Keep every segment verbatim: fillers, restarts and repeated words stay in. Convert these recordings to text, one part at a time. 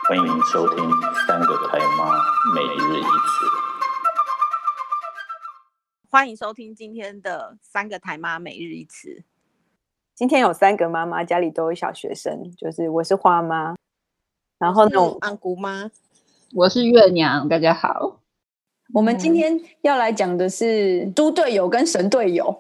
欢迎收听三个台妈每日一词。 欢迎收听今天的三个台妈每日一词。 今天有三个妈妈，家里都有小学生，就是我是花妈，然后呢， 我是安姑妈， 我是月娘，大家好。 我们今天要来讲的是猪队友跟神队友。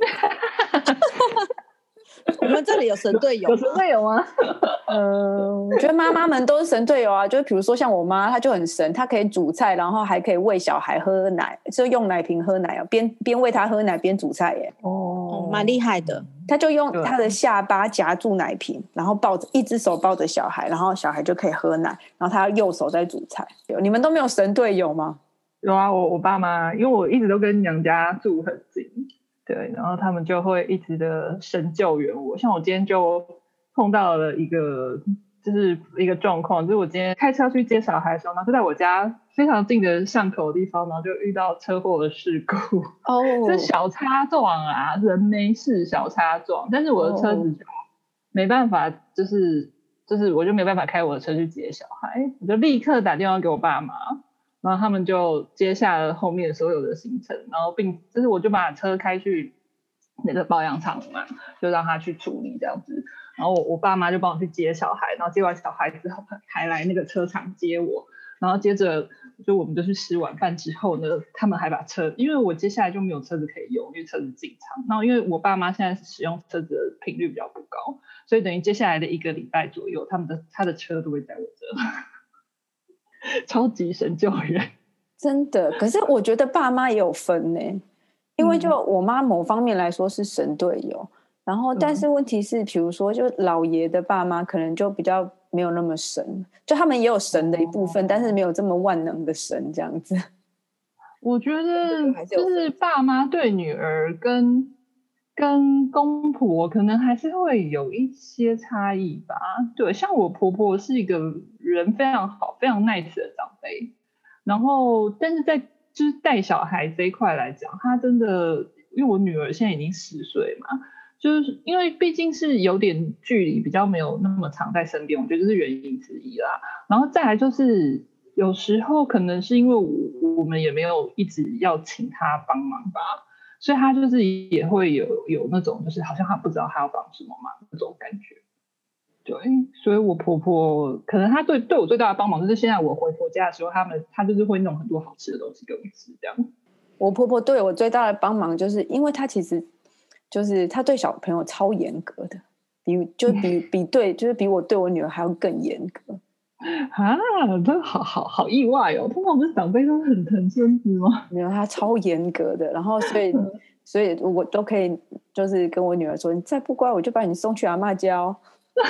我们这里有神队友吗？ 有神队友吗？ 嗯，我觉得妈妈们都是神队友啊，就是比如说像我妈，她就很神，她可以煮菜，然后还可以喂小孩喝奶，就用奶瓶喝奶，边边喂他喝奶边煮菜耶。 哦，蛮厉害的。 她就用她的下巴夹住奶瓶，然后抱着一只手抱着小孩，然后小孩就可以喝奶，然后她右手在煮菜。你们都没有神队友吗？ 有啊，我我爸妈，因为我一直都跟娘家住很近，对，然后他们就会一直的神救援我。像我今天就碰到了一个就是一个状况，就是我今天开车去接小孩的时候，然后就在我家非常近的巷口的地方，然后就遇到车祸的事故。哦，是小擦撞啊，人没事小擦撞，但是我的车子就没办法，就是就是我就没办法开我的车去接小孩，我就立刻打电话给我爸妈。然后他们就接下了后面所有的行程，然后并就是我就把车开去那个保养厂嘛，就让他去处理这样子。然后我我爸妈就帮我去接小孩，然后接完小孩之后还来那个车厂接我，然后接着就我们就去吃晚饭之后呢，他们还把车，因为我接下来就没有车子可以用，因为车子进厂。然后因为我爸妈现在使用车子的频率比较不高，所以等于接下来的一个礼拜左右，他们的他的车都会在我这。超级神救援，真的。可是我觉得爸妈也有分呢，因为就我妈某方面来说是神队友，然后但是问题是，比如说就老爷的爸妈可能就比较没有那么神，就他们也有神的一部分，哦、但是没有这么万能的神这样子。 我觉得就是爸妈对女儿跟跟公婆可能还是会有一些差异吧。对，像我婆婆是一个人非常好非常 nice 的长辈，然后但是在就是带小孩这一块来讲，她真的，因为我女儿现在已经十岁嘛，就是因为毕竟是有点距离，比较没有那么常在身边，我觉得这是原因之一啦。然后再来就是有时候可能是因为 我, 我们也没有一直要请她帮忙吧，所以他就是也会有有那种就是好像他不知道他要帮什么忙那种感觉。对，所以我婆婆可能她对对我最大的帮忙就是现在我回婆家的时候，他们她就是会弄很多好吃的东西给我吃这样。 我婆婆对我最大的帮忙就是因为她其实就是她对小朋友超严格的，比就比比对就是比我对我女儿还要更严格。 啊，真好好好意外哦！通常不是长辈都很疼孙子吗？ 没有，他超严格的，然后所以所以我都可以就是跟我女儿说，你再不乖我就把你送去阿嬷家哦。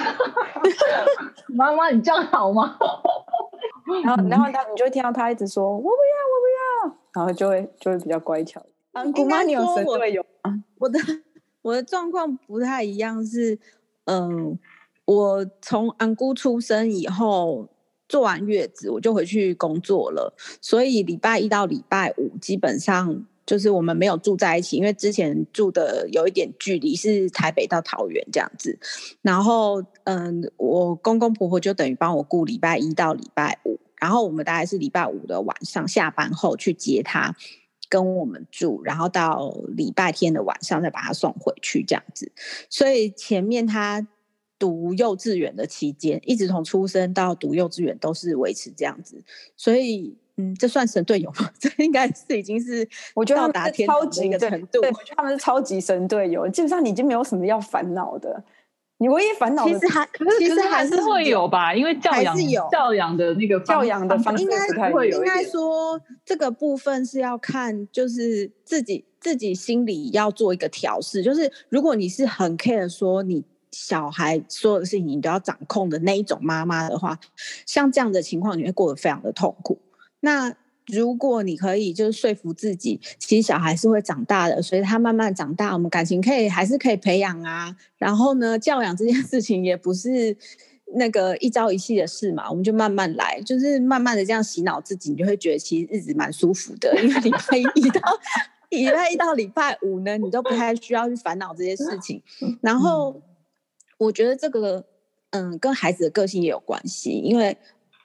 妈妈你这样好吗？ 然后然后他你就会听到他一直说我不要我不要，然后就会就会比较乖巧。 姑妈你有神队友吗？我的我的状况不太一样，是嗯。我从安姑出生以后，做完月子我就回去工作了，所以礼拜一到礼拜五基本上就是我们没有住在一起，因为之前住的有一点距离，是台北到桃园这样子。然后嗯，我公公婆婆就等于帮我顾礼拜一到礼拜五，然后我们大概是礼拜五的晚上下班后去接他跟我们住，然后到礼拜天的晚上再把他送回去这样子。所以前面他读幼稚园的期间，一直从出生到读幼稚园都是维持这样子，所以嗯，这算神队友吗？这应该是已经是我觉得到达天堂的一个程度。对，我觉得他们是超级神队友，基本上你已经没有什么要烦恼的。你唯一烦恼的其实还其实还是会有吧，因为教养教养的那个教养的方式应该不太有。 应该说这个部分是要看，就是自己自己心里要做一个调试。就是如果你是很 care 说你小孩所有的事情你都要掌控的那一种妈妈的话，像这样的情况你会过得非常的痛苦。那如果你可以就是说服自己，其实小孩是会长大的，所以他慢慢长大，我们感情可以还是可以培养啊。然后呢，教养这件事情也不是那个一朝一夕的事嘛，我们就慢慢来，就是慢慢的这样洗脑自己，你就会觉得其实日子蛮舒服的。因为礼拜一到礼拜一到礼拜五呢，你都不太需要去烦恼这些事情。然后我觉得这个嗯跟孩子的个性也有关系，因为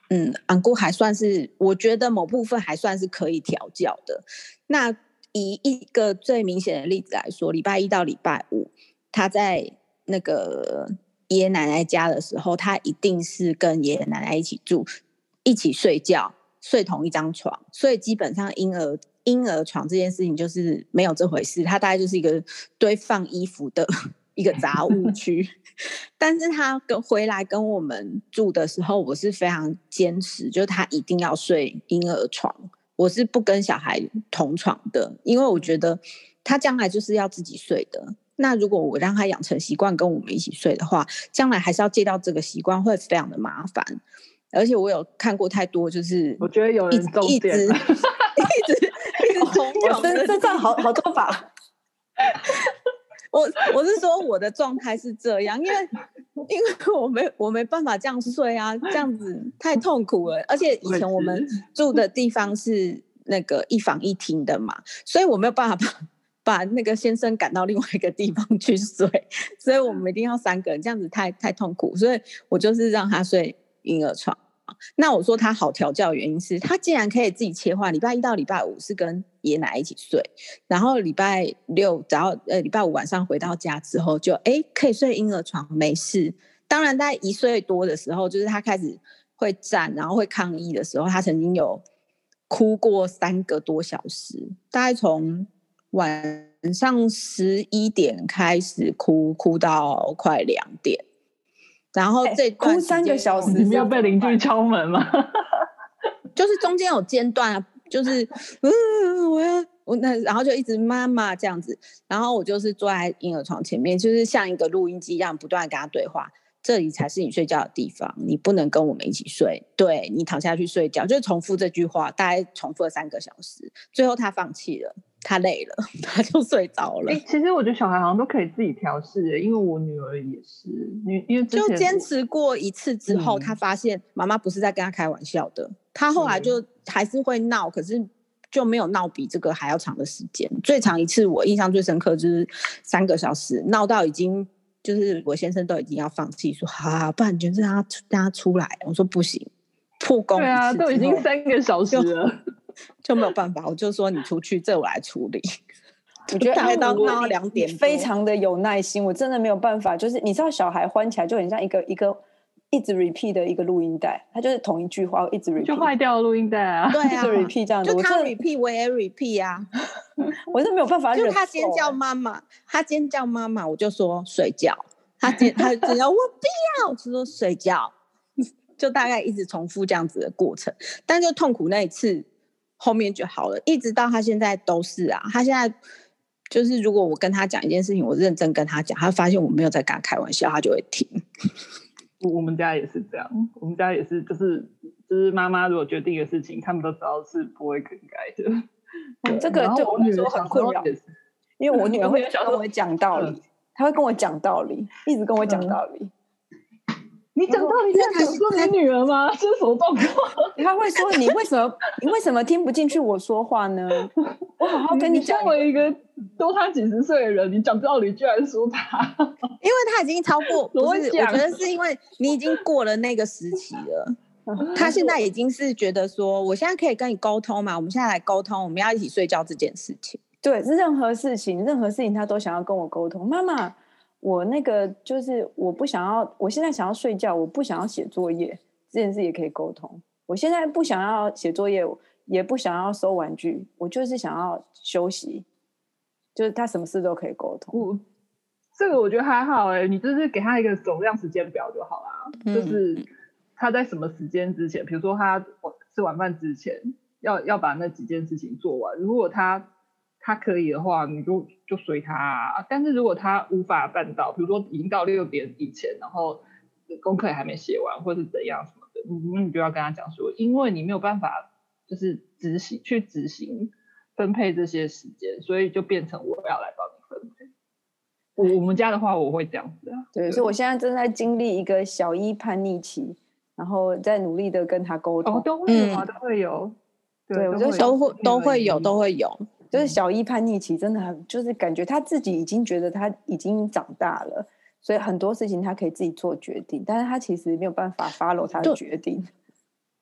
嗯，安姑还算是，我觉得某部分还算是可以调教的。那以一个最明显的例子来说，礼拜一到礼拜五，他在那个爷爷奶奶家的时候，他一定是跟爷爷奶奶一起住，一起睡觉，睡同一张床，所以基本上婴儿婴儿床这件事情就是没有这回事，它大概就是一个堆放衣服的一个杂物区。但是他跟回来跟我们住的时候，我是非常坚持，就是他一定要睡婴儿床，我是不跟小孩同床的，因为我觉得他将来就是要自己睡的。那如果我让他养成习惯跟我们一起睡的话，将来还是要戒掉这个习惯，会非常的麻烦。而且我有看过太多，就是我觉得有人中一直一直一直同床的， 这这样好好多法。 我我是说我的状态是这样，因为因为我没我没办法这样睡啊，这样子太痛苦了。而且以前我们住的地方是那个一房一厅的嘛，所以我没有办法把把那个先生赶到另外一个地方去睡，所以我们一定要三个人，这样子太太痛苦，所以我就是让他睡婴儿床。那我说他好调教的原因是他既然可以自己切换，礼拜一到礼拜五是跟爷爷奶奶一起睡，然后礼拜六只要呃礼拜五晚上回到家之后就哎可以睡婴儿床没事。当然在一岁多的时候，就是他开始会站然后会抗议的时候，他曾经有哭过三个多小时，大概从晚上十一点开始哭，哭到快两点。然后这段、 欸、哭三个小时， 你没有被邻居敲门吗？ 就是中间有间断啊，就是嗯，我要我那，然后就一直妈妈这样子，然后我就是坐在婴儿床前面，就是像一个录音机一样，不断跟他对话。这里才是你睡觉的地方，你不能跟我们一起睡，对，你躺下去睡觉，就是重复这句话，大概重复了三个小时，最后他放弃了，他累了，他就睡着了。 欸、其实我觉得小孩好像都可以自己调试，因为我女儿也是，因为之前就坚持过一次之后， 嗯、 他发现妈妈不是在跟他开玩笑的，他后来就还是会闹，可是就没有闹比这个还要长的时间。最长一次我印象最深刻就是三个小时，闹到已经就是我先生都已经要放弃，说好好，不然你就让他让他出来。我说不行，破功一次之后， 对啊，都已经三个小时了， 就, 就没有办法。我就说你出去，这我来处理。 我觉得大概到闹到两点， 非常的有耐心，我真的没有办法。就是你知道，小孩欢起来就很像一个一个一直 repeat 的一个录音带，他就是同一句话一直 repeat， 就坏掉了录音带啊， 对啊， 一直 repeat 这样子， 就他 repeat 我也 repeat 啊， 我是没有办法忍受。 就他尖叫妈妈，他尖叫妈妈，我就说睡觉。他尖他尖叫我不要，就说睡觉，就大概一直重复这样子的过程。但就痛苦那一次，后面就好了，一直到他现在都是啊，他现在。就是如果我跟他讲一件事情，我认真跟他讲，他发现我没有在跟他开玩笑，他就会停。 我们家也是这样，我们家也是，就是就是妈妈如果决定的事情，他们都知道是不会更改的。 嗯、这个对我来说很困扰，因为我女儿会跟我讲道理，她会跟我讲道理，一直跟我讲道理。 嗯你讲道理，在讲说你女儿吗？这是什么状况？ 他会说你为什么你为什么听不进去我说话呢？我好好跟你讲。 你作为一个多他几十岁的人，你讲道理居然说他， 因为他已经超过，不是？我觉得是因为你已经过了那个时期了。他现在已经是觉得说，我现在可以跟你沟通嘛，我们现在来沟通，我们要一起睡觉这件事情。 对，任何事情，任何事情他都想要跟我沟通。妈妈。我那个就是我不想要，我现在想要睡觉，我不想要写作业，这件事也可以沟通。我现在不想要写作业，也不想要收玩具，我就是想要休息，就是他什么事都可以沟通。 我这个我觉得还好哎、欸，你就是给他一个总量时间表就好啦、嗯，就是他在什么时间之前，比如说他吃晚饭之前要要把那几件事情做完，如果他他可以的话，你就就随他、啊。但是如果他无法办到，比如说已经到六点以前，然后功课也还没写完，或是怎样什么的，你你就要跟他讲说，因为你没有办法就是执行去执行分配这些时间，所以就变成我要来帮你分配。我我们家的话，我会这样子啊。 对，对所以我现在正在经历一个小一叛逆期，然后在努力的跟他沟通。 哦，都会有啊，嗯、都会有。 对，我就都会都会有，都会有。 就是小一叛逆期真的很，就是感觉他自己已经觉得他已经长大了，所以很多事情他可以自己做决定，但是他其实没有办法 follow 他的决定。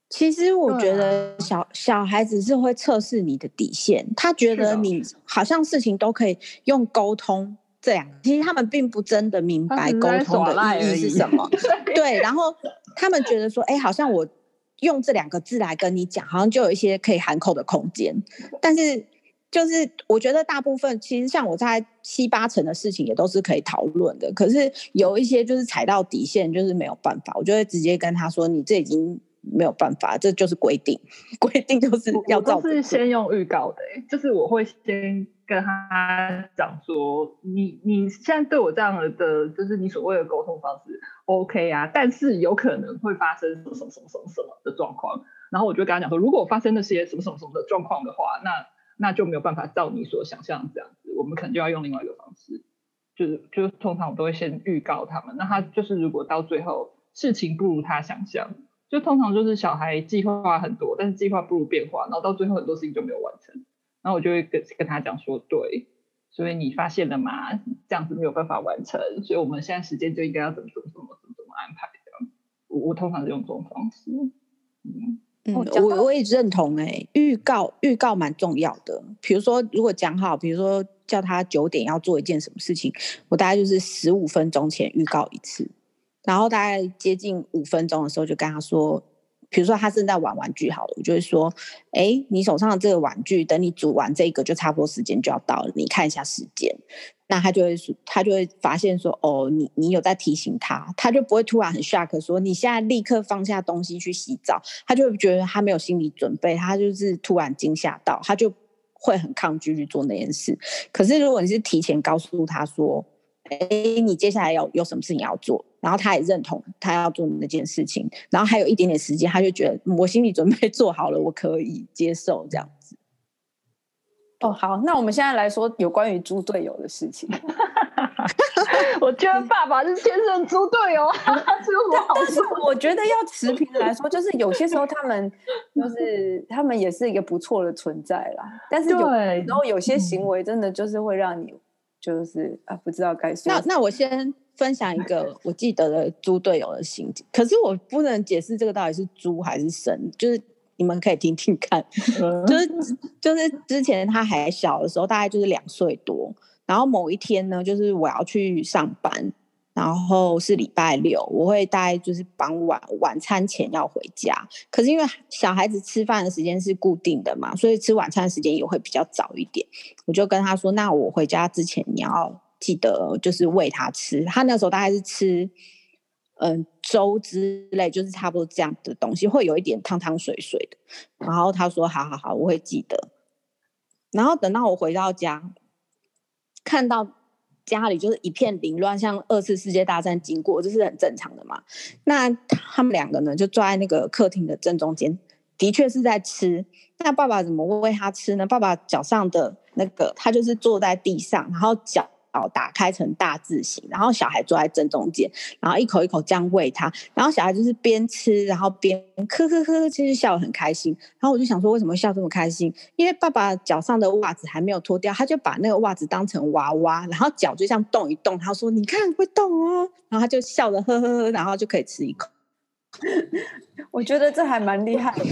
其实我觉得小、啊、小孩子是会测试你的底线，他觉得你好像事情都可以用沟通这两个，其实他们并不真的明白沟通的意义是什么。对，然后他们觉得说，哎，好像我用这两个字来跟你讲，好像就有一些可以含口的空间。但是就是我觉得大部分其实像我在七八成的事情也都是可以讨论的，可是有一些就是踩到底线，就是没有办法，我就会直接跟他说，你这已经没有办法，这就是规定，规定就是要照着做。 我都是先用预告的、欸，就是我会先跟他讲说，你你现在对我这样的，就是你所谓的沟通方式 OK 啊，但是有可能会发生什么什么什么什么什么的状况，然后我就跟他讲说，如果发生那些什么什么什么的状况的话，那那就没有办法照你所想象这样子，我们可能就要用另外一个方式，就是就是通常我都会先预告他们，那他就是如果到最后事情不如他想象。就通常就是小孩计划很多，但是计划不如变化，然后到最后很多事情就没有完成，然后我就会 跟, 跟他讲说，对，所以你发现了吗？这样子没有办法完成，所以我们现在时间就应该要怎么怎么怎么怎么怎么安排这样。我我通常是用这种方式。 嗯嗯，我我也认同哎、欸，预告预告蛮重要的。比如说，如果讲好，比如说叫他九点要做一件什么事情，我大概就是十五分钟前预告一次。然后大概接近五分钟的时候就跟他说，比如说他正在玩玩具好了，我就会说，哎，你手上的这个玩具等你组完这个就差不多时间就要到了，你看一下时间。那他就会他就会发现说，哦，你你有在提醒他，他就不会突然很 shock 说你现在立刻放下东西去洗澡，他就会觉得他没有心理准备，他就是突然惊吓到，他就会很抗拒去做那件事。可是如果你是提前告诉他说，哎，你接下来有有什么事情要做，然后他也认同他要做那件事情，然后还有一点点时间，他就觉得、嗯、我心理准备做好了，我可以接受这样子。 哦，好，那我们现在来说有关于猪队友的事情。 我觉得爸爸是天生猪队友， 但是我觉得要持平的来说，就是有些时候他们就是他们也是一个不错的存在啦，但是有时候有些行为真的就是会让你就是啊不知道该说。 那那我先分享一个我记得的猪队友的情景，可是我不能解释这个到底是猪还是神，就是你们可以听听看。就是就是之前他还小的时候，大概就是两岁多，然后某一天呢，就是我要去上班，然后是礼拜六，我会大概就是傍晚晚餐前要回家，可是因为小孩子吃饭的时间是固定的嘛，所以吃晚餐的时间也会比较早一点。我就跟他说，那我回家之前你要记得就是喂他吃，他那时候大概是吃嗯粥之类，就是差不多这样的东西，会有一点汤汤水水的。然后他说好好好，我会记得。然后等到我回到家，看到家里就是一片凌乱，像二次世界大战经过，这是很正常的嘛。那他们两个呢，就坐在那个客厅的正中间，的确是在吃。那爸爸怎么喂他吃呢？爸爸脚上的那个，他就是坐在地上，然后脚打开成大字形，然后小孩坐在正中间，然后一口一口这样喂他，然后小孩就是边吃然后边呵呵呵，其实笑得很开心。然后我就想说为什么笑这么开心，因为爸爸脚上的袜子还没有脱掉，他就把那个袜子当成娃娃，然后脚就像动一动，他说你看会动哦，然后他就笑得呵呵呵，然后就可以吃一口。 我觉得这还蛮厉害的。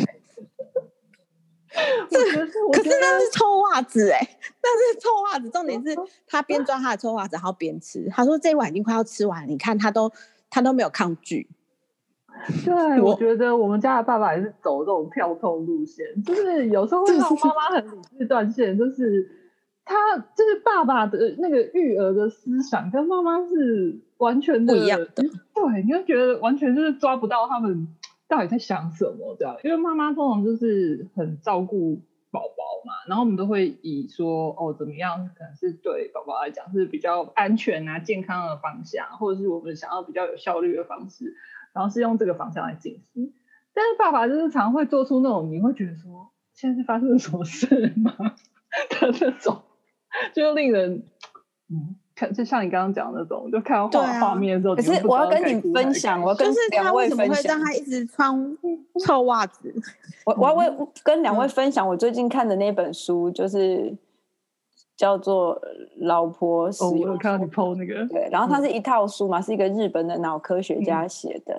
这可是那是臭袜子哎、欸，那是臭袜子。重点是他边抓他的臭袜子，然后边吃。他说这一碗已经快要吃完了，你看他都他都没有抗拒。 对，我觉得我们家的爸爸也是走这种跳痛路线，就是有时候会让妈妈很理智断线，就是他就是爸爸的那个育儿的思想跟妈妈是完全的不一样的。 对，你会觉得完全就是抓不到他们到底在想什么这样，因为妈妈通常就是很照顾宝宝嘛，然后我们都会以说哦怎么样可能是对宝宝来讲是比较安全啊健康的方向，或者是我们想要比较有效率的方式，然后是用这个方向来进行。但是爸爸就是常会做出那种你会觉得说现在是发生了什么事吗的那种，就令人嗯看，就像你刚刚讲的那种，就看到画画面的时候， 可是我要跟你分享，我要跟两位分享，就是他为什么会让他一直穿臭袜子？ 我我要跟两位分享我最近看的那本书，就是叫做《老婆使用》。 哦，我有看到你 po 那个， 对，然后它是一套书嘛，是一个日本的脑科学家写的。 嗯、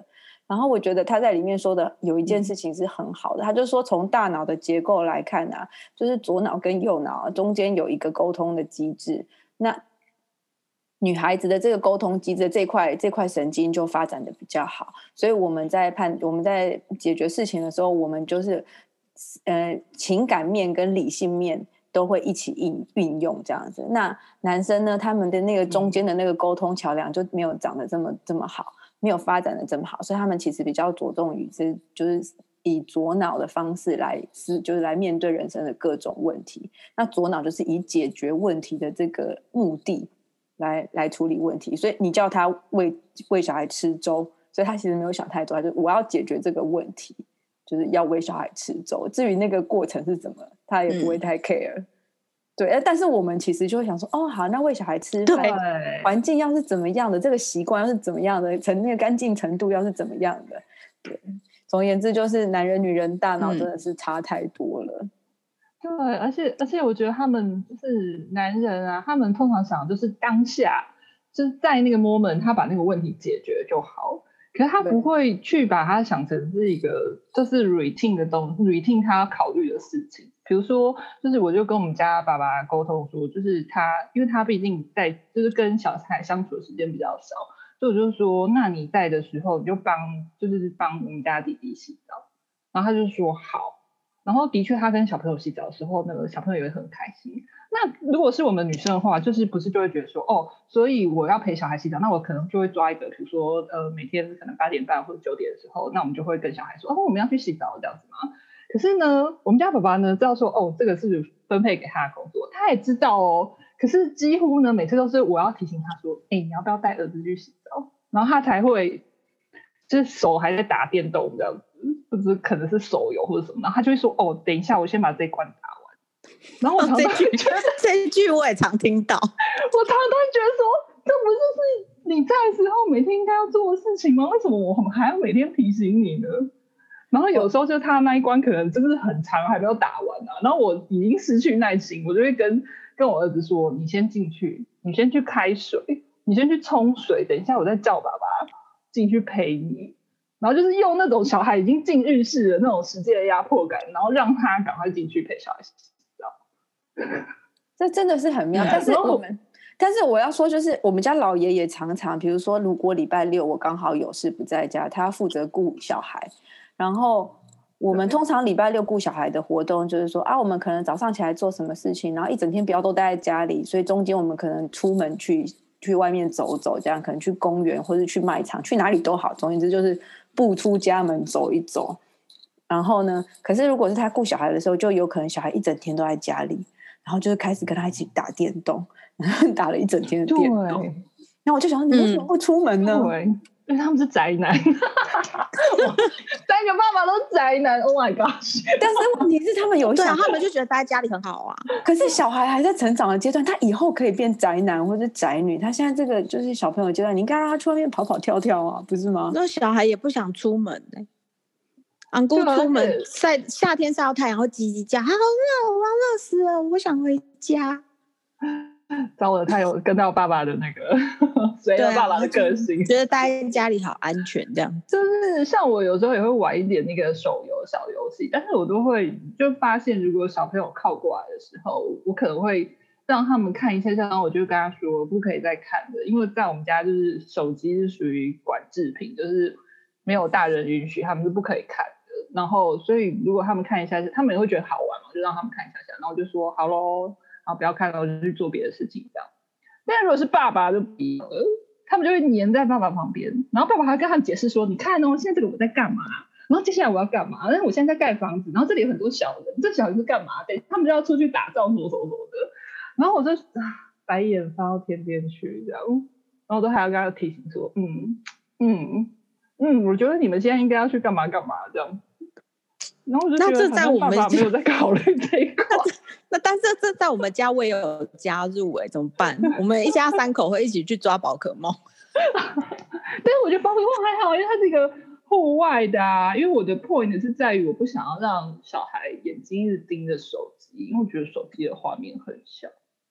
然后我觉得他在里面说的有一件事情是很好的，他就说从大脑的结构来看啊，就是左脑跟右脑、啊、中间有一个沟通的机制，那女孩子的这个沟通机制这块这块神经就发展的比较好，所以我们在判我们在解决事情的时候，我们就是呃情感面跟理性面都会一起运运用这样子。那男生呢，他们的那个中间的那个沟通桥梁就没有长得这么这么好，没有发展的这么好，所以他们其实比较着重于是就是以左脑的方式来是就是来面对人生的各种问题。那左脑就是以解决问题的这个目的来来处理问题，所以你叫他喂喂小孩吃粥，所以他其实没有想太多，就是我要解决这个问题，就是要喂小孩吃粥。至于那个过程是怎么，他也不会太 care。嗯对，但是我们其实就会想说，哦，好，那喂小孩吃饭，环境要是怎么样的，这个习惯要是怎么样的，成那个干净程度要是怎么样的，对，总而言之，就是男人女人大脑真的是差太多了。 嗯、对，而且而且我觉得他们就是男人啊，他们通常想的就是当下，就是在那个 moment， 他把那个问题解决就好。可是他不会去把它想成是一个就是 routine 的东西 routine 他要考虑的事情。比如说就是我就跟我们家爸爸沟通说，就是他因为他毕竟在就是跟小孩相处的时间比较少，所以我就说那你在的时候你就帮就是帮我们家弟弟洗澡，然后他就说好。然后的确他跟小朋友洗澡的时候，那个小朋友也很开心。那如果是我们女生的话，就是不是就会觉得说，哦，所以我要陪小孩洗澡，那我可能就会抓一个，比如说呃每天可能八点半或者九点的时候，那我们就会跟小孩说，哦，我们要去洗澡这样子吗？可是呢，我们家爸爸呢知道说，哦，这个是分配给他的工作，他也知道哦。可是几乎呢每次都是我要提醒他说，哎，你要不要带儿子去洗澡？然后他才会就是手还在打电动这样子。或者可能是手游或者什么，然后他就会说：“哦，等一下，我先把这一关打完。”然后我常常觉得、哦、 这一句我也常听到， 我常常都会觉得说，这不就是你在的时候每天应该要做的事情吗？为什么我们还要每天提醒你呢？然后有时候就他那一关可能真的很长，还没有打完啊。然后我已经失去耐心，我就会跟跟我儿子说：“你先进去，你先去开水，你先去冲水，等一下我再叫爸爸进去陪你。”然后就是用那种小孩已经进浴室的那种时间的压迫感，然后让他赶快进去陪小孩洗澡。 这真的是很妙。但是我们，但是我要说，就是我们家老爷也常常，比如说，如果礼拜六我刚好有事不在家，他要负责顾小孩，然后我们通常礼拜六顾小孩的活动就是说啊，我们可能早上起来做什么事情，然后一整天不要都待在家里，所以中间我们可能出门去去外面走走，这样可能去公园或者去卖场，去哪里都好，总而言之就是步出家门走一走。然后呢，可是如果是他顾小孩的时候，就有可能小孩一整天都在家里，然后就是开始跟他一起打电动，然后打了一整天的电动。然后我就想，你为什么不出门呢？ 对，因为他们是宅男，三个爸爸都宅男。Oh my gosh！ 但是问题是，他们有想， 对啊，他们就觉得待在家里很好啊。 可是小孩还在成长的阶段，他以后可以变宅男或者宅女。他现在这个就是小朋友阶段，你应该让他去外面跑跑跳跳啊，不是吗？ 那小孩也不想出门呢、欸。昂姑出门晒夏天晒到太阳会叽叽叫，好热，我要热死了，我想回家。 糟了，他有跟到爸爸的那个随着爸爸的个性， 觉得待在家里好安全，这样。 就是像我有时候也会玩一点那个手游小游戏，但是我都会就发现，如果小朋友靠过来的时候，我可能会让他们看一下，然后我就跟他说不可以再看的，因为在我们家就是手机是属于管制品，就是没有大人允许，他们是不可以看的。然后所以如果他们看一下，他们也会觉得好玩嘛，就让他们看一下下，然后我就说好咯，然后不要看了，我就去做别的事情这样。但如果是爸爸就不一样了，他们就会黏在爸爸旁边，然后爸爸还会跟他们解释说，你看哦，现在这个我在干嘛，然后接下来我要干嘛，但是我现在在盖房子，然后这里有很多小人，这小人是干嘛的，他们就要出去打仗什么什么什么的。然后我就啊白眼翻到天边去这样，然后我都还要跟他提醒说，嗯嗯嗯，我觉得你们现在应该要去干嘛干嘛这样。然后我就觉得好像爸爸没有在考虑这一块。 那但是这在我们家我也有加入哎、欸，怎么办？我们一家三口会一起去抓宝可梦。 但是我觉得宝可梦还好，因为它是一个户外的啊。因为我的 point 是在于我不想要让小孩眼睛一直盯着手机，因为我觉得手机的画面很小。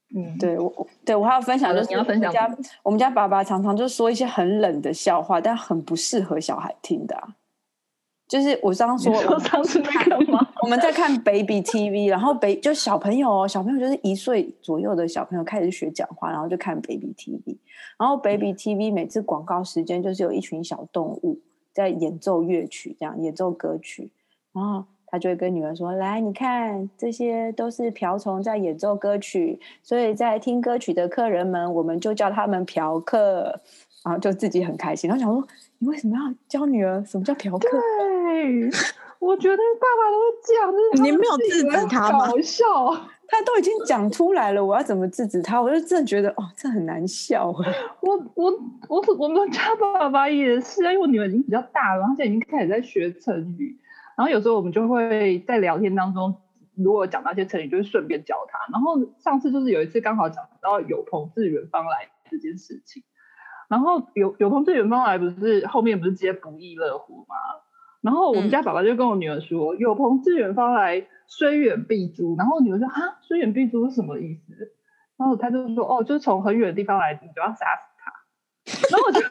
嗯，对我对我还要分享，就是你要分享我们家我们家爸爸常常就说一些很冷的笑话，但很不适合小孩听的、啊。就是我刚刚说， 你说上次那个吗？ 我们在看 Baby T V， 然后 baby 就小朋友哦，小朋友就是一岁左右的小朋友开始学讲话，然后就看 Baby T V， 然后 Baby T V 每次广告时间就是有一群小动物在演奏乐曲，这样演奏歌曲，然后他就会跟女儿说：“来，你看，这些都是瓢虫在演奏歌曲，所以在听歌曲的客人们，我们就叫他们嫖客。”然后就自己很开心。然后想说，你为什么要教女儿什么叫嫖客？ 对，我觉得爸爸都会讲，就是你没有制止他吗？ 搞笑， 他都已经讲出来了，我要怎么制止他？我就真的觉得，哦，这很难笑。 我我我我们家爸爸也是啊，因为我女儿已经比较大了，然后现在已经开始在学成语。然后有时候我们就会在聊天当中，如果讲到一些成语，就会顺便教他。然后上次就是有一次刚好讲到有朋自远方来这件事情，然后有有朋自远方来不是后面不是接不亦乐乎吗？然后我们家爸爸就跟我女儿说，嗯、有朋自远方来，虽远必诛。然后我女儿说哈，虽远必诛是什么意思？然后他就说哦，就是从很远的地方来，你就要杀死他。然后我就。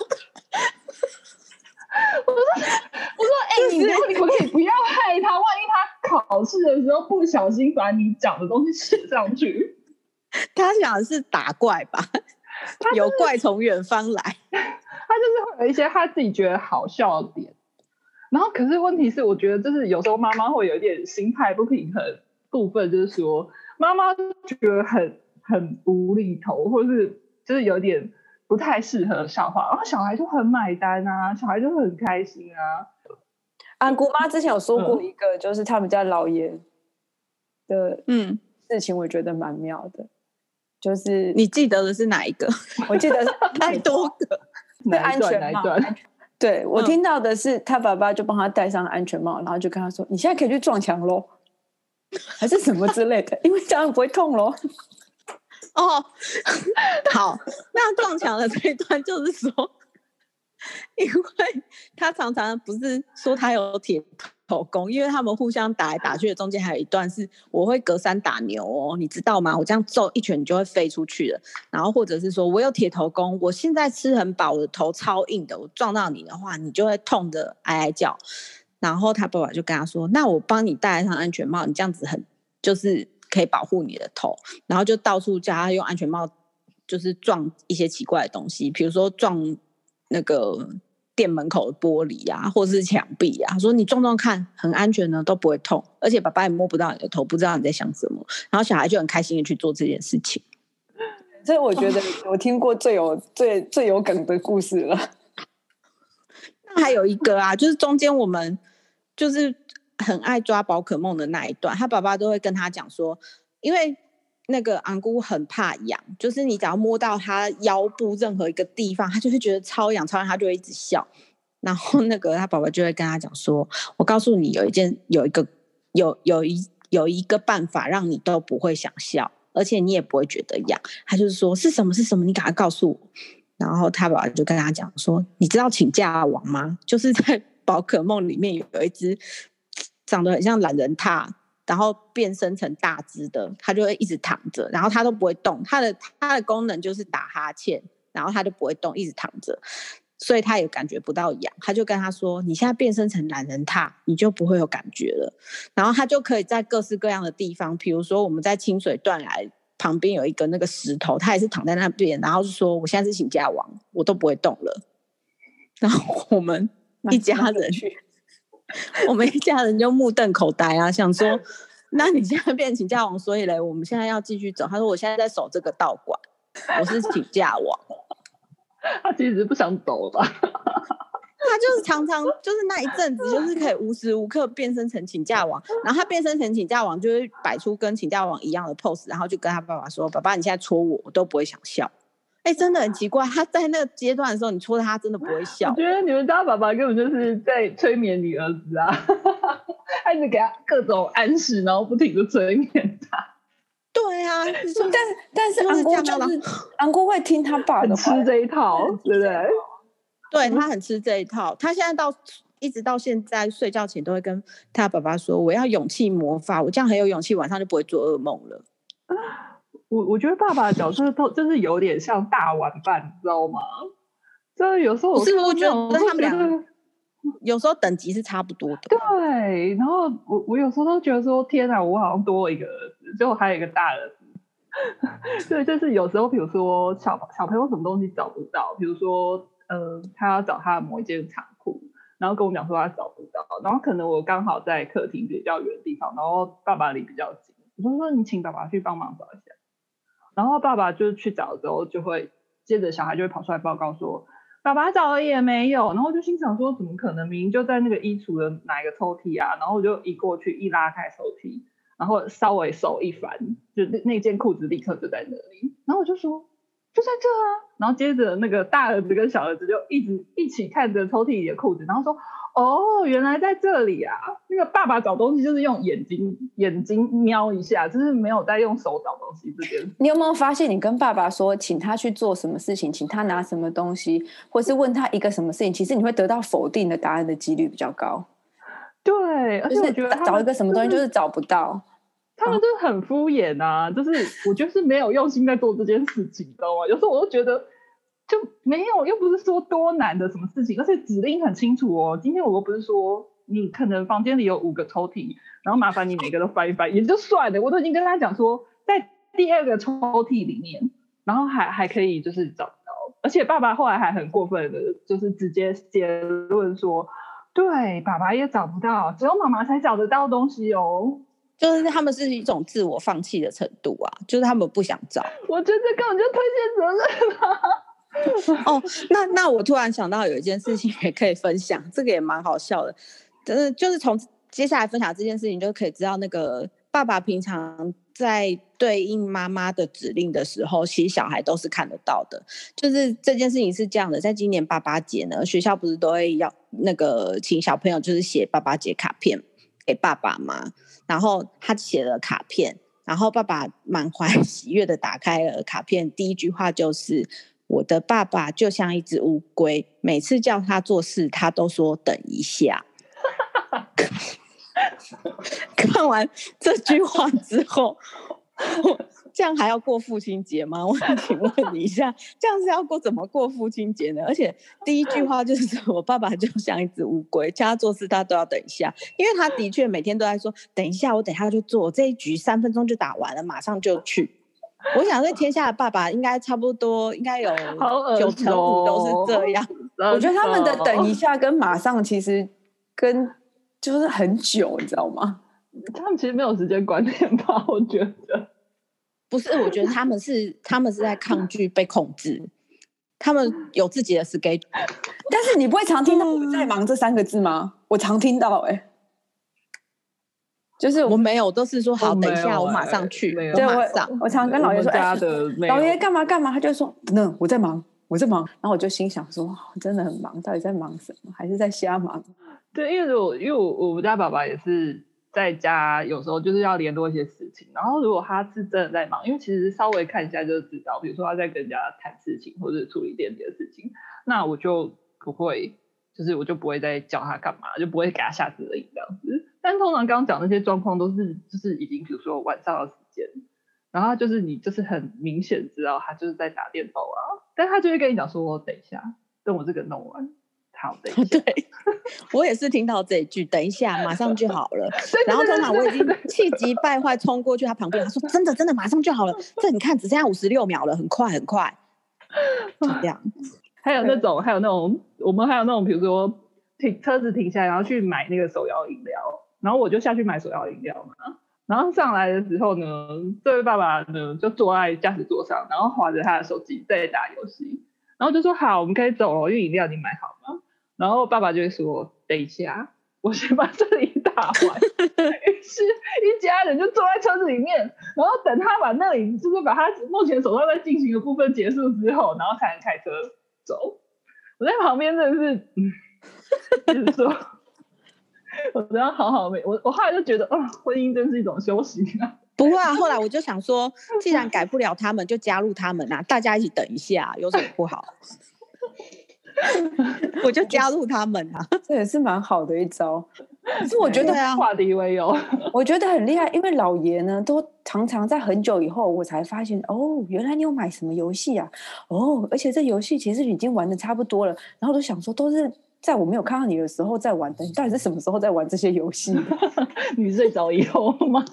我说，我说，哎、欸，你你可不可以不要害他？万一他考试的时候不小心把你讲的东西写上去， 他想的是打怪吧？就是、有怪从远方来， 他就是会有一些他自己觉得好笑的点。然后，可是问题是，我觉得就是有时候妈妈会有一点心态不平衡部分，就是说妈妈觉得很很无厘头，或是就是有点。不太适合笑话，然后小孩就很买单啊，小孩就很开心啊。 安姑妈之前有说过一个，嗯、就是他们家老爷的嗯事情，我觉得蛮妙的。就是你记得的是哪一个？ 我记得太多个。 哪一段？哪一段？ 对我听到的是，他爸爸就帮他戴上安全帽，然后就跟他说：“你现在可以去撞墙咯，还是什么之类的，因为这样不会痛咯。” 哦，好，那撞墙的这一段就是说，因为他常常不是说他有铁头功，因为他们互相打来打去的中间还有一段是我会隔山打牛哦，你知道吗？我这样揍一拳你就会飞出去了。然后或者是说我有铁头功，我现在吃很饱，我的头超硬的，我撞到你的话，你就会痛得哀哀叫。然后他爸爸就跟他说：“那我帮你戴上安全帽，你这样子很就是。”可以保护你的头，然后就到处叫他用安全帽，就是撞一些奇怪的东西，比如说撞那个店门口的玻璃啊，或者是墙壁啊，说你撞撞看，很安全呢，都不会痛，而且爸爸也摸不到你的头，不知道你在想什么。然后小孩就很开心的去做这件事情。 这我觉得我听过最有最最有梗的故事了。 那还有一个啊，就是中间我们就是。很爱抓宝可梦的那一段，他爸爸都会跟他讲说，因为那个昂姑很怕痒，就是你只要摸到他腰部任何一个地方，他就会觉得超痒超痒，他就会一直笑。然后那个他爸爸就会跟他讲说，我告诉你有一件有一个有有一有一个办法让你都不会想笑，而且你也不会觉得痒。他就是说是什么是什么，你赶快告诉我。然后他爸爸就跟他讲说，你知道请假王吗？就是在宝可梦里面有有一只。长得很像懒人踏，然后变身成大只的，他就会一直躺着，然后他都不会动。他的他的功能就是打哈欠，然后他就不会动，一直躺着，所以他也感觉不到痒。他就跟他说：“你现在变身成懒人踏，你就不会有感觉了。”然后他就可以在各式各样的地方，比如说我们在清水断崖旁边有一个那个石头，他也是躺在那边，然后就说：“我现在是请假王，我都不会动了。”然后我们一家人去。我们一家人就目瞪口呆啊，想说，那你现在变请假王，所以嘞，我们现在要继续走。他说我现在在守这个道馆，我是请假王。 他其实不想走吧？ 他就是常常就是那一阵子，就是可以无时无刻变身成请假王，然后他变身成请假王，就会摆出跟请假王一样的 pose， 然后就跟他爸爸说：“爸爸，你现在戳我，我都不会想笑。”哎、欸，真的很奇怪，他在那个阶段的时候，你戳他真的不会笑。 我觉得你们家爸爸根本就是在催眠你儿子啊，他一直给他各种暗示，然后不停的催眠他。 对啊，但但是安姑就是安姑会听他爸的话， 很吃这一套，对不对？ 对，他很吃这一套。他现在到一直到现在睡觉前都会跟他爸爸说：“我要勇气魔法，我这样很有勇气，晚上就不会做噩梦了。” 我我觉得爸爸的角色都就是有点像大玩伴，你知道吗？就是有时候我不是，我觉得得他们俩有时候等级是差不多的。 对，然后我我有时候都觉得说，天哪，我好像多一个儿子，就还有一个大儿子。对，就是有时候，比如说小小朋友什么东西找不到，比如说，呃，他要找他的某一件长裤，然后跟我讲说他找不到，然后可能我刚好在客厅比较远的地方，然后爸爸离比较近，我就说你请爸爸去帮忙找一下，然后爸爸就去找之后，就会接着小孩就会跑出来报告说，爸爸找了也没有，然后我就心想说，怎么可能？明明就在那个衣橱的哪一个抽屉啊？然后我就一过去，一拉开抽屉。然后稍微手一翻，就那件裤子立刻就在那里。然后我就说，就在这啊。然后接着那个大儿子跟小儿子就一直一起看着抽屉里的裤子，然后说，哦，原来在这里啊。那个爸爸找东西就是用眼睛眼睛瞄一下，就是没有在用手找东西这件事。 你有没有发现，你跟爸爸说请他去做什么事情，请他拿什么东西，或是问他一个什么事情，其实你会得到否定的答案的几率比较高。 对，而且我觉得找一个什么东西就是找不到， 他们就是很敷衍啊，就是我觉得是没有用心在做这件事情，知道吗？有时候我都觉得就没有，又不是说多难的什么事情，而且指令很清楚哦。今天我又不是说你可能房间里有五个抽屉，然后麻烦你每个都翻一翻，也就算了。我都已经跟他讲说，在第二个抽屉里面，然后还还可以就是找不到，而且爸爸后来还很过分的，就是直接结论说。对，爸爸也找不到，只有妈妈才找得到东西哦。 就是他们是一种自我放弃的程度啊，就是他们不想找。 我觉得这根本就推卸责任啊。 哦，那那我突然想到有一件事情也可以分享，这个也蛮好笑的。真的就是从接下来分享这件事情，就可以知道那个爸爸平常在对应妈妈的指令的时候，其实小孩都是看得到的。就是这件事情是这样的，在今年爸爸节呢，学校不是都会要那个请小朋友就是写爸爸节卡片给爸爸嘛，然后他写了卡片，然后爸爸满怀喜悦的打开了卡片，第一句话就是我的爸爸就像一只乌龟，每次叫他做事他都说等一下。看完这句话之后，这样还要过父亲节吗？我请问你一下，这样是要过怎么过父亲节呢？而且第一句话就是我爸爸就像一只乌龟，叫他做事他都要等一下，因为他的确每天都在说等一下，我等一下就做，这一局三分钟就打完了，马上就去。我想在天下的爸爸应该差不多，应该有九成五都是这样。 我觉得他们的等一下跟马上其实跟就是很久，你知道吗？ 他们其实没有时间观念吧？我觉得不是，我觉得他们是他们是在抗拒被控制，他们有自己的 schedule。 但是你不会常听到我在忙这三个字吗？我常听到哎、欸。就是我没有，都是说好， 哦、 等一下， 欸、 我马上去， 对， 我马上。 我常跟老爷说， 哎、 欸，老爷干嘛干嘛，他就说，那我在忙，我在忙。然后我就心想说，真的很忙，到底在忙什么？还是在瞎忙？ 对，因为我因为我我们家爸爸也是在家，有时候就是要联络一些事情。然后如果他是真的在忙，因为其实稍微看一下就知道，比如说他在跟人家谈事情或者处理点点的事情，那我就不会。就是我就不会再叫他干嘛，就不会给他下指令这样子。但通常刚刚讲那些状况都是就是已经比如说晚上的时间，然后就是你就是很明显知道他就是在打电话啊，但他就会跟你讲说等一下，等我这个弄完，好等一下。 对，我也是听到这一句，等一下马上就好了。然后通常我已经气急败坏冲过去他旁边，他说真的真的马上就好了，这你看只剩下五十六秒了，很快很快，就这样。 还有那种，还有那种，我们还有那种，比如说停车子停下来，然后去买那个手摇饮料，然后我就下去买手摇饮料嘛。然后上来的时候呢，这位爸爸呢就坐在驾驶座上，然后滑着他的手机在打游戏，然后就说好，我们可以走了，因为饮料已经买好了。然后爸爸就会说等一下，我先把这里打完。于是，一家人就坐在车子里面，然后等他把那里就是把他目前手上在进行的部分结束之后，然后才能开车走。我在旁边真的是，嗯，就是说，我真的好好没我，我后来就觉得，啊，婚姻真是一种修行啊。 不会啊，后来我就想说，既然改不了他们，就加入他们啊，大家一起等一下，有什么不好？我就加入他们啊， 这也是蛮好的一招。 可是我觉得化敌为友， 我觉得很厉害，因为老爷呢都常常在很久以后我才发现，哦，原来你有买什么游戏啊？哦，而且这游戏其实已经玩的差不多了，然后都想说都是在我没有看到你的时候在玩的，你到底是什么时候在玩这些游戏？ 你睡着以后吗？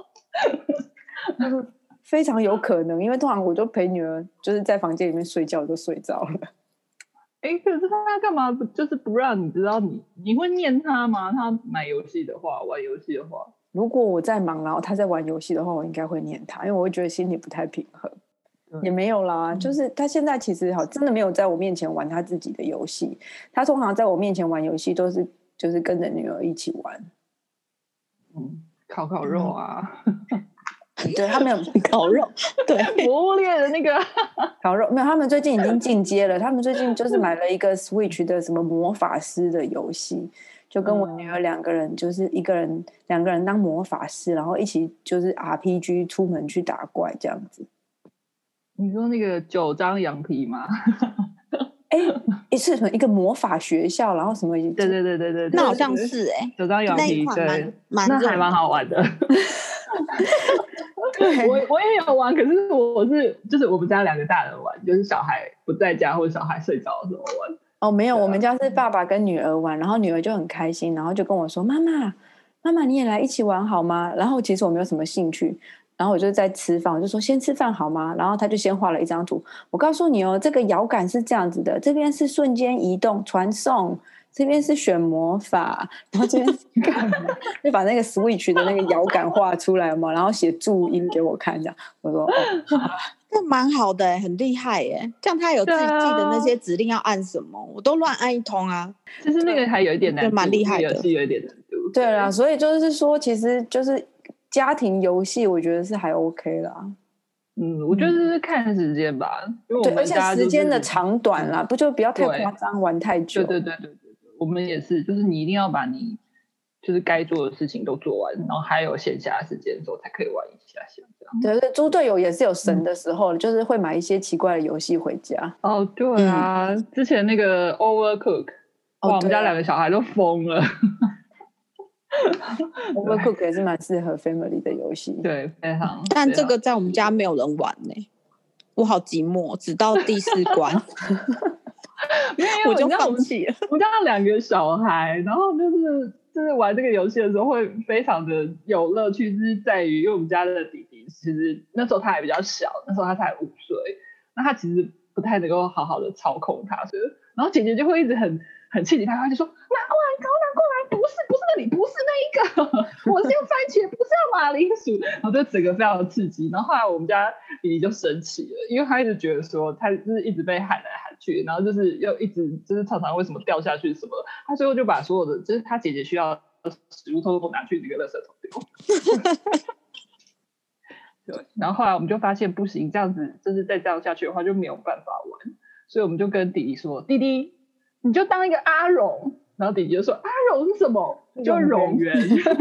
非常有可能，因为通常我就陪女儿就是在房间里面睡觉就睡着了。 哎，可是他干嘛不就是不让你知道你你会念他吗？他买游戏的话，玩游戏的话， 如果我在忙，然后他在玩游戏的话，我应该会念他，因为我会觉得心里不太平衡。也没有啦，嗯、就是他现在其实好真的没有在我面前玩他自己的游戏，他通常在我面前玩游戏都是就是跟着女儿一起玩， 嗯，烤烤肉啊。 嗯对他们有烤肉，对魔物猎的那个烤肉没有，他们最近已经进阶了。他们最近就是买了一个 Switch 的什么魔法师的游戏，就跟我女儿两个人，就是一个人两个人当魔法师，然后一起就是 R P G 出门去打怪这样子。 你说那个九张羊皮吗？ 哎、欸，是什么一个魔法学校，然后什么？ 对对对对对， 那好像是哎、欸， 九张羊皮，对，那还蛮好玩的。我我也有玩，可是我是就是我们家两个大人玩，就是小孩不在家或者小孩睡着的时候玩。 哦，没有，我们家是爸爸跟女儿玩，然后女儿就很开心，然后就跟我说：“妈妈，妈妈你也来一起玩好吗？”然后其实我没有什么兴趣，然后我就在吃饭，我就说：“先吃饭好吗？”然后他就先画了一张图，我告诉你哦，这个摇杆是这样子的，这边是瞬间移动传送。这边是选魔法，然后这边是干嘛？就把那个 Switch 的那个摇杆画出来嘛，然后写注音给我看，这样我说哦， 这蛮好的、欸，很厉害耶、欸！这样他有自己记得那些指令要按什么，我都乱按一通啊。 其实那个还有一点难度， 蛮厉害的， 游戏有一点难度。 对啦，所以就是说，其实就是家庭游戏，我觉得是还 OK 啦。 嗯，我觉得是看时间吧，因为我对，而且们家、就是、 时间的长短啦，不就不要太夸张，玩太久。 对对对对对。我们也是，就是你一定要把你就是该做的事情都做完，然后还有闲暇时间的时候才可以玩一下下这样。 对对，猪队友也是有神的时候，嗯、就是会买一些奇怪的游戏回家。 哦，对啊，嗯、之前那个 Overcook，、哦、哇，我们家两个小孩都疯了。 Overcook 也是蛮适合 family 的游戏， 对，非常。 但这个在我们家没有人玩呢、欸，我好寂寞，直到第四关。 没有， 我就放弃了。 我们家两个小孩，然后就是就是玩这个游戏的时候会非常的有乐趣，就是在于因为我们家的弟弟其实那时候他还比较小，那时候他才五岁，那他其实不太能够好好的操控他，所以然后姐姐就会一直很很气急败坏，就说拿过来，搞拿过来，不是不是那里，不是那一个，我是用番茄，不是要马铃薯，然后就整个非常的刺激。然后后来我们家弟弟就生气了，因为他一直觉得说他就是一直被喊来喊去，然后就是又一直就是常常为什么掉下去什么，他最后就把所有的就是他姐姐需要的食物偷偷拿去那个垃圾桶丢。对，然后后来我们就发现不行，这样子就是再这样下去的话就没有办法玩，所以我们就跟弟弟说：“弟弟，你就当一个阿荣。”然后弟弟就说：“阿荣是什么？就荣源。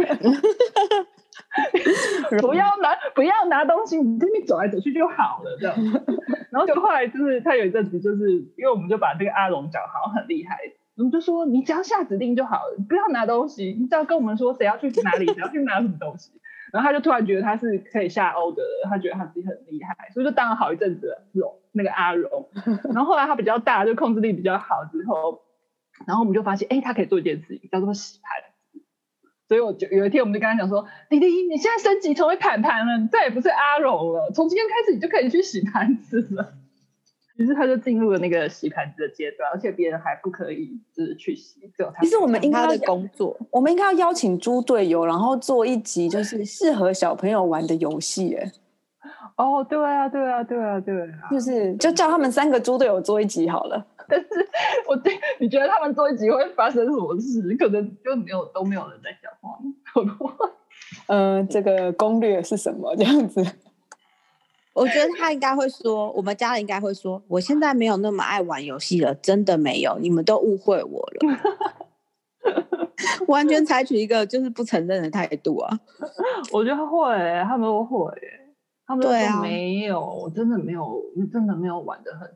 不要拿不要拿东西，你这边走来走去就好了。”这样。然后就后来就是他有一阵子就是因为我们就把这个阿荣讲好像很厉害，我们就说你只要下指令就好了，不要拿东西，你只要跟我们说谁要去哪里，谁要去拿什么东西。然后他就突然觉得他是可以下欧的，他觉得他自己很厉害，所以就当了好一阵子的荣那个阿荣。然后后来他比较大，就控制力比较好之后，然后我们就发现，哎，他可以做一件事情叫做洗盘子。所以我就有一天我们就跟他讲说，弟弟，你现在升级成为盘盘了，你再也不是阿荣了，从今天开始你就可以去洗盘子了。于是他就进入了那个洗盘子的阶段，而且别人还不可以就是去洗，只有他。 其实我们应该他的工作， 我们应该要邀请猪队友，然后做一集就是适合小朋友玩的游戏。哎， 哦，对啊，对啊，对啊，对啊， 就是就叫他们三个猪队友做一集好了。 但是我对你觉得他们做一集会发生什么事？可能就没有都没有人在讲话。 嗯、呃，这个攻略是什么？这样子。 我觉得他应该会说，我们家人应该会说，我现在没有那么爱玩游戏了，真的没有，你们都误会我了。完全采取一个就是不承认的态度啊。 我觉得会，他们会，他们说没有、啊，我真的没有，真的没有玩的很多。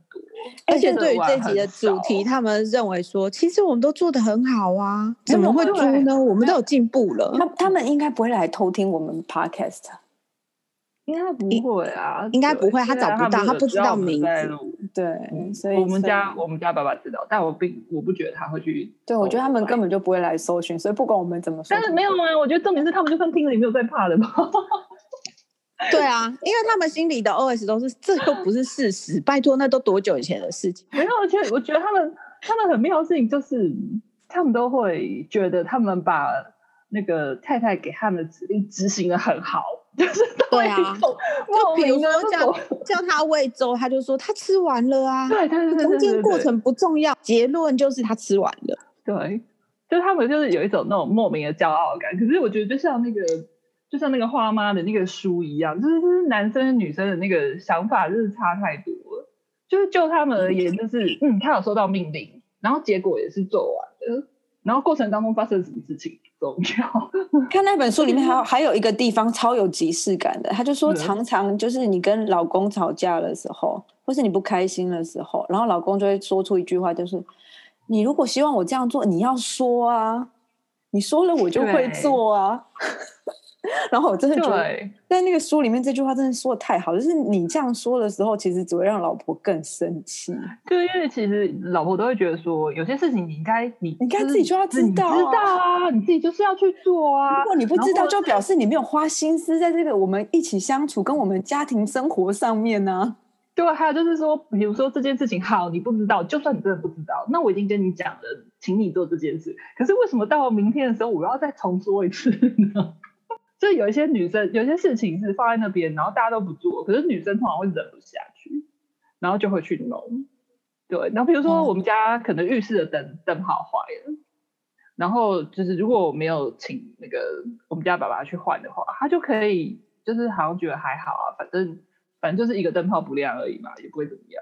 而且对于这集的主题，他们认为说，其实我们都做得很好啊，怎么会猪呢？我们都有进步了。 他他们应该不会来偷听我们 podcast。 应该不会啊， 应该不会，他找不到，他不知道名字。 对， 嗯、 所以我们家我们家爸爸知道，但我并我不觉得他会去。 对，我觉得他们根本就不会来搜寻，所以不管我们怎么说， 但是没有啊，我觉得重点是他们就算听了也没有在怕的吧。 对啊，因为他们心里的 O S 都是这又不是事实，拜托，那都多久以前的事情？ 没有，而且我觉得他们他们很妙的事情就是，他们都会觉得他们把那个太太给他们的指令执行得很好。就是对啊，就比如说叫叫他喂粥，他就说他吃完了啊。 对对对， 中间过程不重要，结论就是他吃完了。 对，就是他们就是有一种那种莫名的骄傲感。可是我觉得就像那个就像那个花妈的那个书一样，就是就是男生女生的那个想法就是差太多了。就是就他们而言，就是嗯，他有收到命令，然后结果也是做完了，然后过程当中发生什么事情重要。 看那本书里面还有还有一个地方超有即视感的，他就说常常就是你跟老公吵架的时候，或是你不开心的时候，然后老公就会说出一句话，就是你如果希望我这样做，你要说啊，你说了我就会做啊。然后我真的觉得在那个书里面这句话真的说的太好，就是你这样说的时候其实只会让老婆更生气。 对，因为其实老婆都会觉得说有些事情你应该你应该自己就要知道、啊、 你知道啊，你自己就是要去做啊。 如果你不知道就表示你没有花心思在这个我们一起相处跟我们家庭生活上面呢、啊。 对，还有就是说比如说这件事情好你不知道，就算你真的不知道，那我已经跟你讲了请你做这件事，可是为什么到明天的时候我要再重说一次呢？就有一些女生有些事情是放在那边，然后大家都不做，可是女生通常会忍不下去，然后就会去弄。对，然后比如说我们家可能浴室的灯灯泡坏了，然后就是如果我没有请那个我们家爸爸去换的话，他就可以就是好像觉得还好啊，反正反正就是一个灯泡不亮而已嘛，也不会怎么样。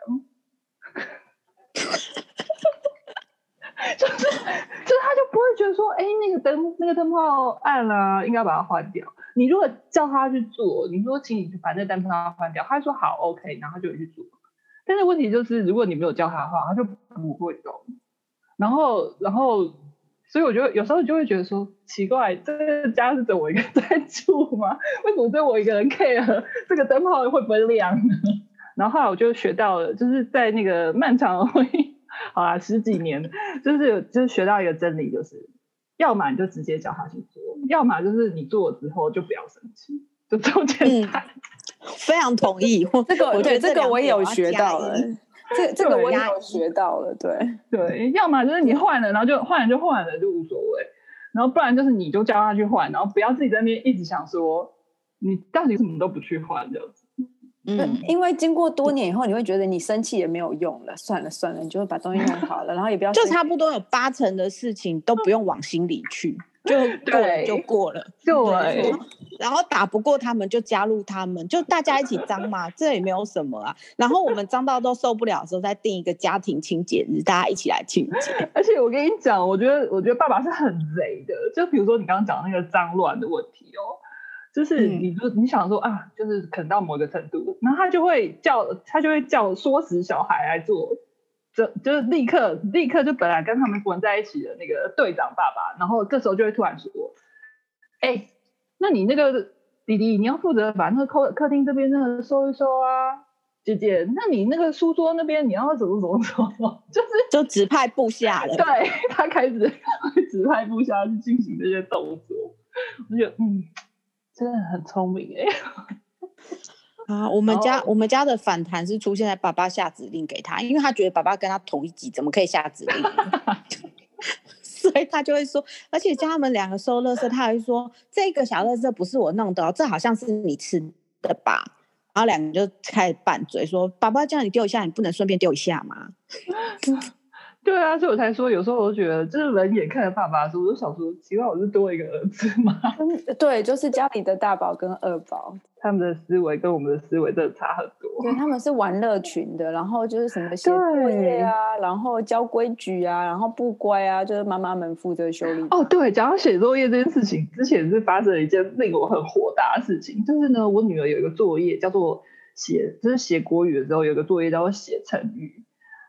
就是就是他就不会觉得说，哎，那个灯那个灯泡暗了、啊，应该把它换掉。你如果叫他去做，你说请你把那灯泡换掉，他说好 OK， 然后他就会去做。但是问题就是，如果你没有叫他的话，他就不会动。然后然后，所以我觉得有时候就会觉得说，奇怪，这个家是只有我一个人在住吗？为什么只有我一个人 care 这个灯泡会不会亮呢？然后后来我就学到了，就是在那个漫长的会议。好啦，十几年，就是就是学到一个真理，就是要么你就直接叫他去做，要么就是你做了之后就不要生气，就这么简单。 嗯、非常同意， 这个我觉得这个我也有学到了，这这个我也有学到了，对对，要么就是你换了，然后就换了就换了就无所谓，然后不然就是你就叫他去换，然后不要自己在那边一直想说你到底什么都不去换这样子。 嗯，因为经过多年以后，你会觉得你生气也没有用了，算了算了，你就会把东西弄好了，然后也不要就差不多有八成的事情都不用往心里去，就过了就过了。 对， 然后打不过他们就加入他们，就大家一起脏嘛，这也没有什么啊。然后我们脏到都受不了的时候，再定一个家庭清洁日，大家一起来清洁。 而且我跟你讲，我觉得我觉得爸爸是很贼的，就比如说你刚刚讲那个脏乱的问题哦。就是你就、嗯、你想说啊，就是可能到某个程度，然后他就会叫他就会叫说死小孩来做，就就是立刻立刻就本来跟他们玩在一起的那个队长爸爸，然后这时候就会突然说，哎、欸，那你那个弟弟你要负责把那个客客厅这边那个收一收啊，姐姐，那你那个书桌那边你要怎么怎么怎么，就是就指派部下了， 对他开始指派部下去进行这些动作，我觉得嗯。真的很聪明哎、 欸！啊，我们家、oh. 我们家的反弹是出现在爸爸下指令给他，因为他觉得爸爸跟他同一级，怎么可以下指令？所以他就会说，而且叫他们两个收垃圾，他还会说这个小垃圾不是我弄的、哦，这好像是你吃的吧？然后两个就开始拌嘴说，爸爸叫你丢一下，你不能顺便丢一下吗？ 对啊，所以我才说，有时候我都觉得，就是人眼看着爸爸的时候，我就想说，奇怪，我是多一个儿子吗？ 对，就是家里的大宝跟二宝， 他们的思维跟我们的思维真的差很多。 对，他们是玩乐群的，然后就是什么写作业啊，然后教规矩啊，然后不乖啊，就是妈妈们负责修理。 哦，对，讲到写作业这件事情，之前是发生了一件令我很火大的事情，就是呢，我女儿有一个作业叫做写，就是写国语的时候有一个作业叫做写成语。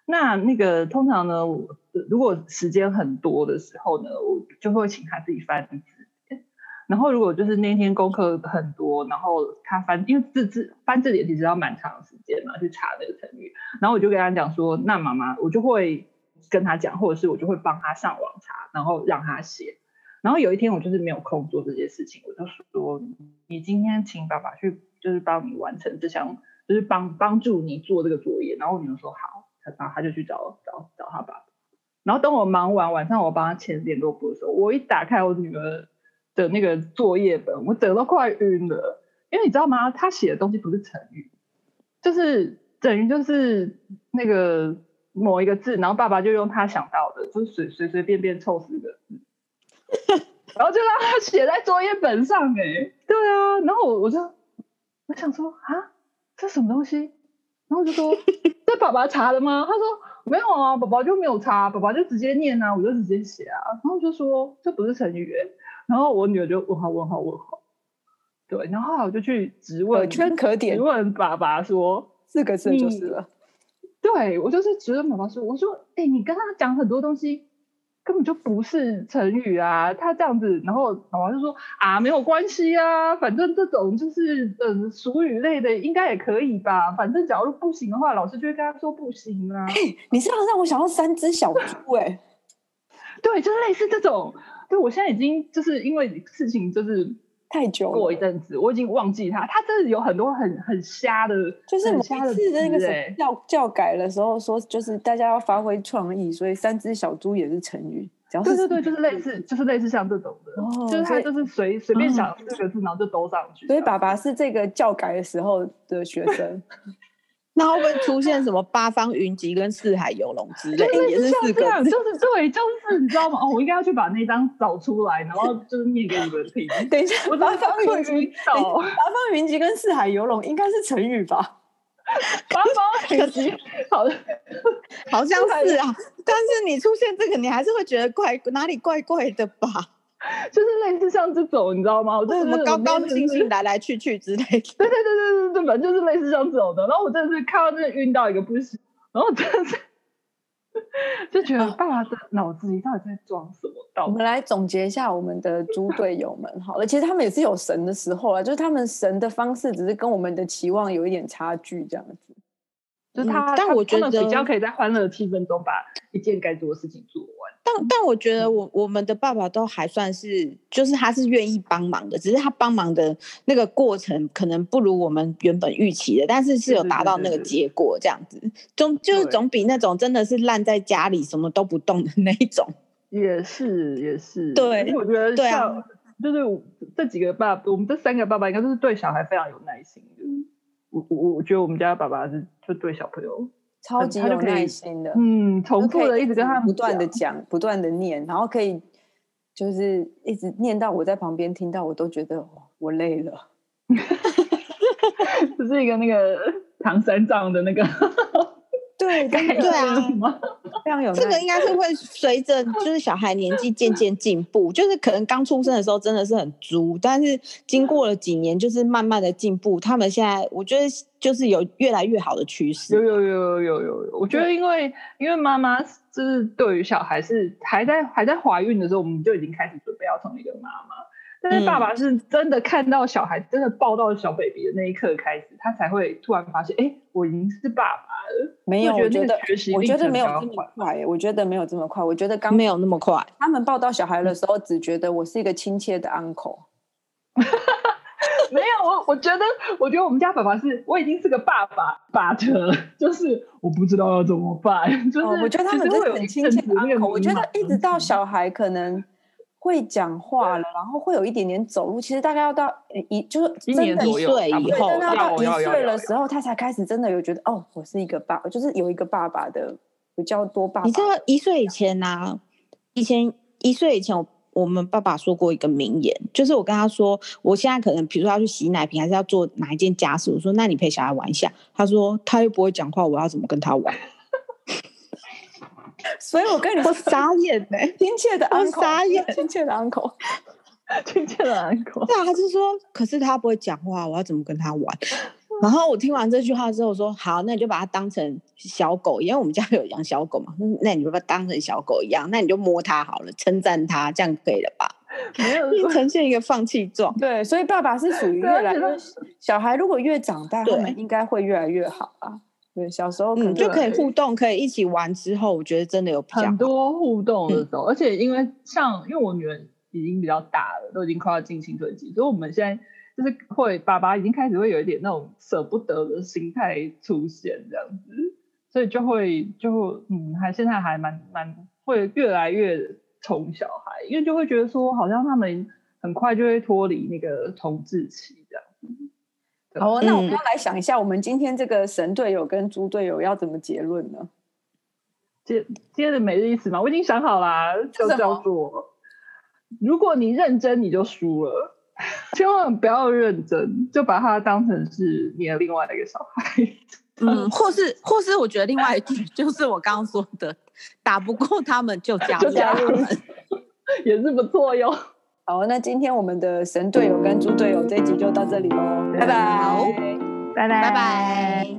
那那个通常呢，我如果时间很多的时候呢，我就会请他自己翻字典。然后如果就是那天功课很多，然后他翻，因为字字翻字典其实要蛮长时间嘛，去查那个成语。然后我就跟他讲说，那妈妈，我就会跟他讲，或者是我就会帮他上网查，然后让他写。然后有一天我就是没有空做这些事情，我就说你今天请爸爸去，就是帮你完成这项，就是帮帮助你做这个作业。然后我女儿说好，然后他就去找找找他爸爸。然后等我忙完晚上，我帮他签联络簿的时候，我一打开我女儿的那个作业本，我整个都快晕了，因为你知道吗？他写的东西不是成语，就是等于就是那个某一个字，然后爸爸就用他想到的，就是随随随便便凑四个字。然后就让他写在作业本上。哎、欸，对啊，然后我我就我想说啊，这什么东西？然后我就说这爸爸查的吗？他说没有啊，爸爸就没有查，爸爸就直接念啊，我就直接写啊。然后我就说这不是成语。哎、欸，然后我女儿就问号问号问号。对，然后后来我就去质问， 可圈可点， 质问爸爸说四个字就是了。 对，我就是质问爸爸说，我说哎、欸，你跟他讲很多东西根本就不是成语啊，他这样子，然后爸爸就说啊，没有关系啊，反正这种就是呃俗语类的应该也可以吧，反正假如不行的话，老师就会跟他说不行啊。 欸、你这样让我想到三只小猪。哎、欸， 对，就是类似这种。对，我现在已经就是因为事情就是太久了， 过一阵子，我已经忘记他，他真的有很多很很瞎的， 就是某一次那个什么教教改的时候说，就是大家要发挥创意，所以三只小猪也是成语。只要是对对对，就是类似，就是类似像这种的，哦、就是他就是随随便想四个字，然后就都上去。 所以爸爸是这个教改的时候的学生。 那会不会出现什么八方云集跟四海游龙之类， 就是也是四个字？ 就是对，就是你知道吗？哦，我应该要去把那张找出来，然后就是念给你们听。 等一下， 我八方云集， 八方云集跟四海游龙应该是成语吧？ 八方云集，好的， 好像是啊。但是你出现这个，你还是会觉得怪，哪里怪怪的吧？ 就是类似像这种，你知道吗？我真的什么高高兴兴来来去去之类的。 对对对对对对，反正就是类似像这种的。然后我真的是看到真的晕到一个不行，然后真的是就觉得爸爸的脑子里到底在装什么道理？ 我们来总结一下我们的猪队友们好了，其实他们也是有神的时候啦，就是他们神的方式只是跟我们的期望有一点差距，这样子。 就是他， 嗯、但我觉得比较可以在欢乐的气氛中把一件该做的事情做完。 但但我觉得我我们的爸爸都还算是，就是他是愿意帮忙的，只是他帮忙的那个过程可能不如我们原本预期的，但是是有达到那个结果，这样子，总就是总比那种真的是烂在家里什么都不动的那一种。 也是也是， 对， 我觉得对像、啊、就是这几个爸，我们这三个爸爸应该都是对小孩非常有耐心的。我我我觉得我们家爸爸是就对小朋友超级有耐心的， 嗯，重复的一直跟他们不断的讲，不断的念，然后可以就是一直念到我在旁边听到，我都觉得、哦、我累了。 这是一个那个唐三藏的那个。 对对对啊， 非常有这个应该是会随着就是小孩年纪渐渐进步，就是可能刚出生的时候真的是很猪，但是经过了几年就是慢慢的进步，他们现在我觉得就是有越来越好的趋势。 有有有有有有，我觉得因为因为妈妈就是对于小孩是还在还在怀孕的时候，我们就已经开始准备要成为一个妈妈。但是爸爸是真的看到小孩真的抱到小 baby 的那一刻开始，他才会突然发现，哎，我已经是爸爸了。 没有，我觉得我觉得没有这么快，我觉得没有这么快。我觉得刚没有那么快。 他们抱到小孩的时候，只觉得我是一个亲切的 uncle。 没有，我我觉得，我觉得我们家爸爸是，我已经是个爸爸，but 就是我不知道要怎么办。就是、 哦、我觉得他们真的很亲切的 uncle。我觉得一直到小孩可能会讲话了，然后会有一点点走路，其实大概要到一就是一年一岁以后， 真的要到一岁的时候，他才开始真的有觉得哦，我是一个爸，就是有一个爸爸的比较多爸爸。 你知道一岁以前啊，以前一岁以前我。我们爸爸说过一个名言，就是我跟他说，我现在可能比如说要去洗奶瓶，还是要做哪一件家事，我说那你陪小孩玩一下，他说他又不会讲话，我要怎么跟他玩？ 所以我跟你说， 我傻眼呢、欸， 亲切的 uncle， 傻眼， 亲切的 uncle， 亲切的 uncle。 对啊，他就说，可是他不会讲话，我要怎么跟他玩？ 然后我听完这句话之后说，好，那你就把它当成小狗，因为我们家有养小狗嘛，那你就把它当成小狗一样，那你就摸它好了，称赞它，这样可以了吧？ 没有呈现一个放弃状。 对，所以爸爸是属于越来越小孩，如果越长大，他们应该会越来越好啊。对，小时候可能、 嗯、就可以互动，可以一起玩。之后我觉得真的有比较很多互动的时候、嗯、而且因为像因为我女儿已经比较大了，都已经快要进青春期，所以我们现在就是会爸爸已经开始会有一点那种舍不得的心态出现这样子，所以就会就嗯还现在还蛮蛮会越来越宠小孩，因为就会觉得说好像他们很快就会脱离那个童稚期这样子。 好，那我们要来想一下，我们今天这个神队友跟猪队友要怎么结论呢？ 接接着每日一词嘛，我已经想好啦，就叫做如果你认真你就输了，千万不要认真，就把它当成是你的另外一个小孩。 嗯，或是或是我觉得另外一句就是我刚刚说的，打不过他们就加入他们， 也是不错哟。 好，那今天我们的神队友跟猪队友这一集就到这里咯，拜拜， 拜拜， 拜拜。